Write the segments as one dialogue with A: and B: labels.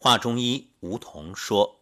A: 华中医吴桐说，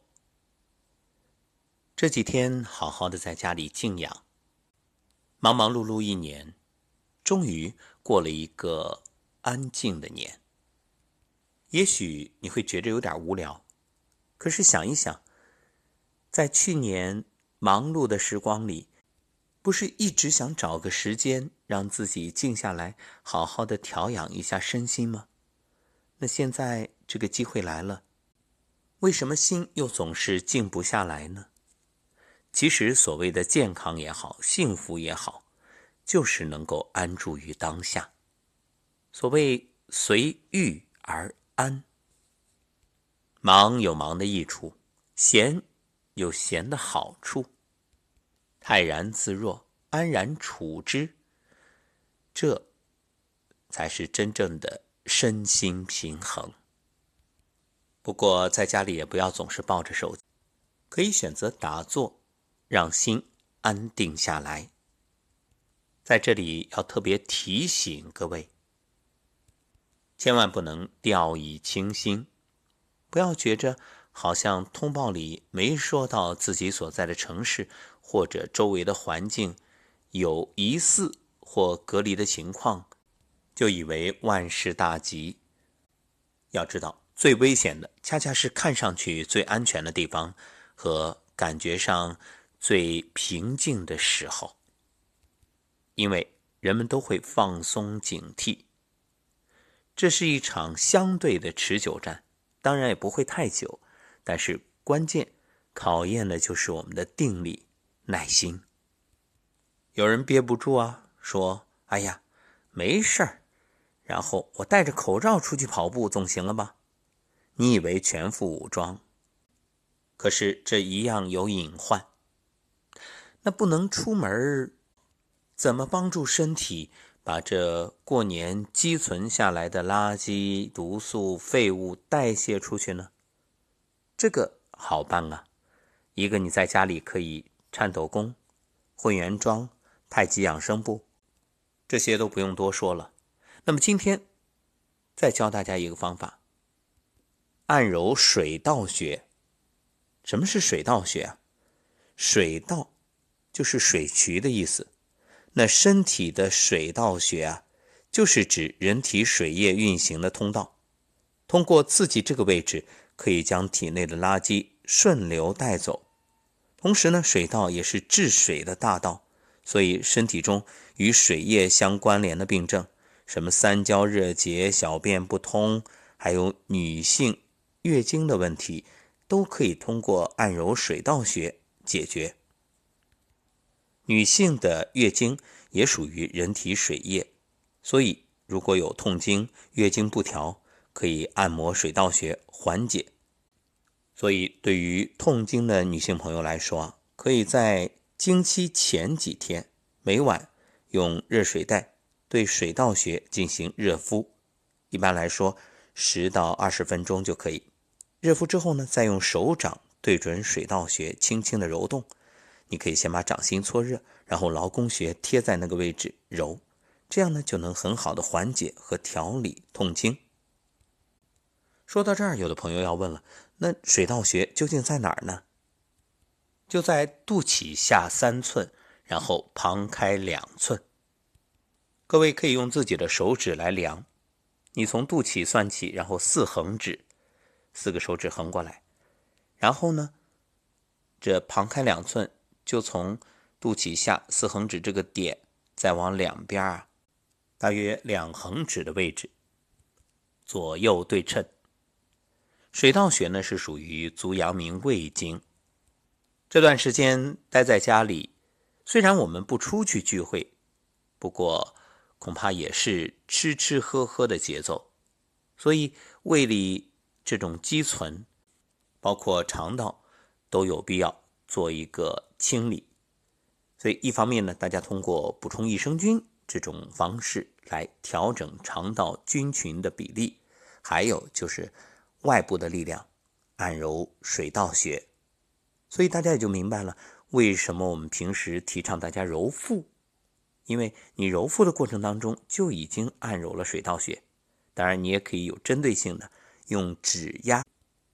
A: 这几天好好的在家里静养，忙忙碌碌一年，终于过了一个安静的年。也许你会觉得有点无聊，可是想一想，在去年忙碌的时光里，不是一直想找个时间让自己静下来，好好的调养一下身心吗？那现在这个机会来了，为什么心又总是静不下来呢？其实所谓的健康也好，幸福也好，就是能够安住于当下。所谓随遇而安。忙有忙的益处，闲有闲的好处，泰然自若，安然处之，这才是真正的身心平衡。不过在家里也不要总是抱着手机，可以选择打坐，让心安定下来。在这里要特别提醒各位，千万不能掉以轻心，不要觉着好像通报里没说到自己所在的城市或者周围的环境有疑似或隔离的情况，就以为万事大吉。要知道，最危险的恰恰是看上去最安全的地方和感觉上最平静的时候，因为人们都会放松警惕。这是一场相对的持久战，当然也不会太久，但是关键考验的就是我们的定力、耐心。有人憋不住啊，说：“哎呀，没事儿，然后我戴着口罩出去跑步总行了吧？”你以为全副武装，可是这一样有隐患。那不能出门，怎么帮助身体把这过年积存下来的垃圾、毒素、废物代谢出去呢？这个好办啊，一个你在家里可以颤抖功、混元桩、太极养生步，这些都不用多说了。那么今天再教大家一个方法，按揉水道穴。什么是水道穴啊？水道就是水渠的意思。那身体的水道穴啊，就是指人体水液运行的通道。通过刺激这个位置，可以将体内的垃圾顺流带走。同时呢，水道也是治水的大道，所以身体中与水液相关联的病症，什么三焦热结、小便不通，还有女性月经的问题，都可以通过按揉水道穴解决。女性的月经也属于人体水液，所以如果有痛经、月经不调，可以按摩水道穴缓解。所以对于痛经的女性朋友来说，可以在经期前几天每晚用热水袋对水道穴进行热敷，一般来说10到20分钟就可以。热敷之后呢，再用手掌对准水道穴轻轻的揉动。你可以先把掌心搓热，然后劳宫穴贴在那个位置揉，这样呢就能很好的缓解和调理痛经。说到这儿，有的朋友要问了，那水道穴究竟在哪儿呢？就在肚脐下3寸，然后旁开2寸。各位可以用自己的手指来量，你从肚脐算起，然后4横指，4个手指横过来，然后呢，这旁开2寸，就从肚脐下4横指这个点，再往两边大约2横指的位置，左右对称。水道穴呢是属于足阳明胃经。这段时间待在家里，虽然我们不出去聚会，不过恐怕也是吃吃喝喝的节奏，所以胃里这种积存，包括肠道，都有必要做一个清理。所以一方面呢，大家通过补充益生菌这种方式来调整肠道菌群的比例，还有就是外部的力量，按揉水道穴。所以大家也就明白了，为什么我们平时提倡大家揉腹，因为你揉腹的过程当中就已经按揉了水道穴。当然你也可以有针对性的用指压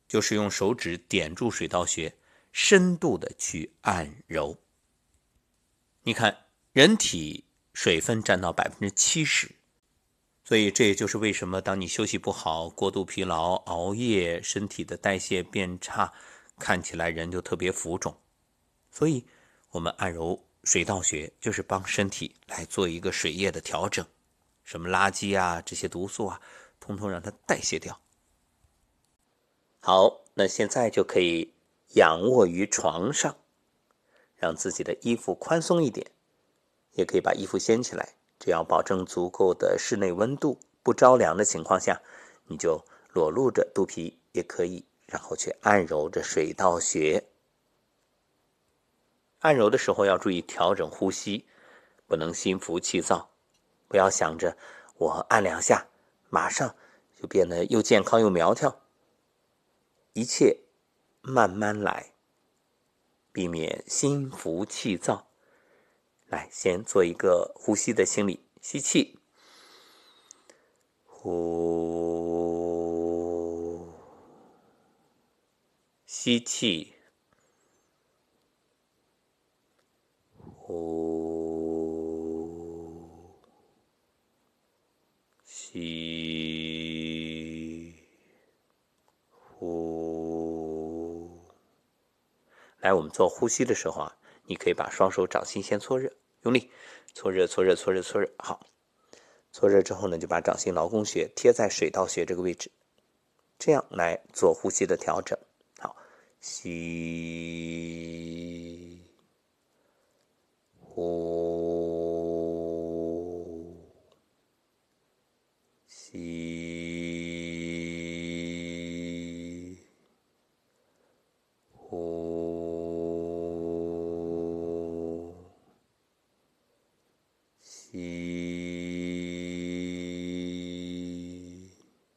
A: 就是用手指点住水道穴，深度的去按揉。你看，人体水分占到70%，所以这也就是为什么当你休息不好、过度疲劳、熬夜，身体的代谢变差，看起来人就特别浮肿。所以我们按揉水道穴，就是帮身体来做一个水液的调整，什么垃圾啊，这些毒素啊，通通让它代谢掉。好，那现在就可以仰卧于床上，让自己的衣服宽松一点，也可以把衣服掀起来，只要保证足够的室内温度，不着凉的情况下，你就裸露着肚皮也可以，然后去按揉着水道穴。按揉的时候要注意调整呼吸，不能心浮气躁，不要想着我按2下马上就变得又健康又苗条，一切慢慢来，避免心浮气躁。来，先做一个呼吸的清理，吸气，呼，吸气，呼，吸，呼。来，我们做呼吸的时候啊，你可以把双手掌心先搓热，用力搓热，搓热，搓热，搓热。好，搓热之后呢，就把掌心劳宫穴贴在水道穴这个位置，这样来做呼吸的调整。好，吸，呼，吸，呼，吸，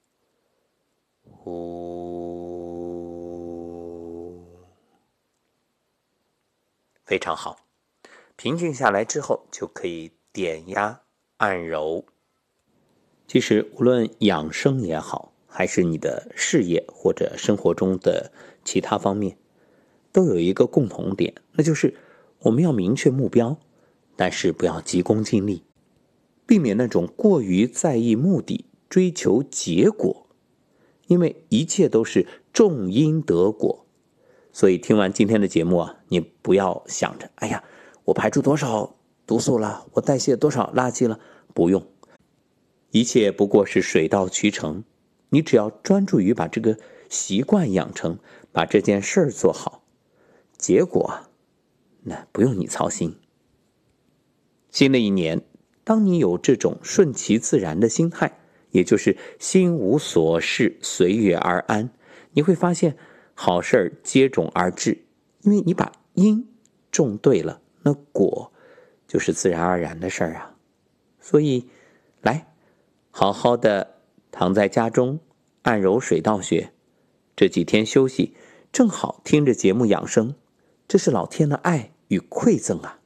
A: 呼，非常好。平静下来之后，就可以点压按揉。其实无论养生也好，还是你的事业或者生活中的其他方面，都有一个共同点，那就是我们要明确目标，但是不要急功近利，避免那种过于在意目的，追求结果，因为一切都是种因得果。所以听完今天的节目啊，你不要想着哎呀，我排出多少毒素了，我代谢多少垃圾了，不用，一切不过是水到渠成。你只要专注于把这个习惯养成，把这件事做好，结果那不用你操心。新的一年，当你有这种顺其自然的心态，也就是心无所事，随遇而安，你会发现好事接踵而至，因为你把因种对了，那果就是自然而然的事啊。所以来好好的躺在家中按揉水道穴，这几天休息正好听着节目养生，这是老天的爱与馈赠啊。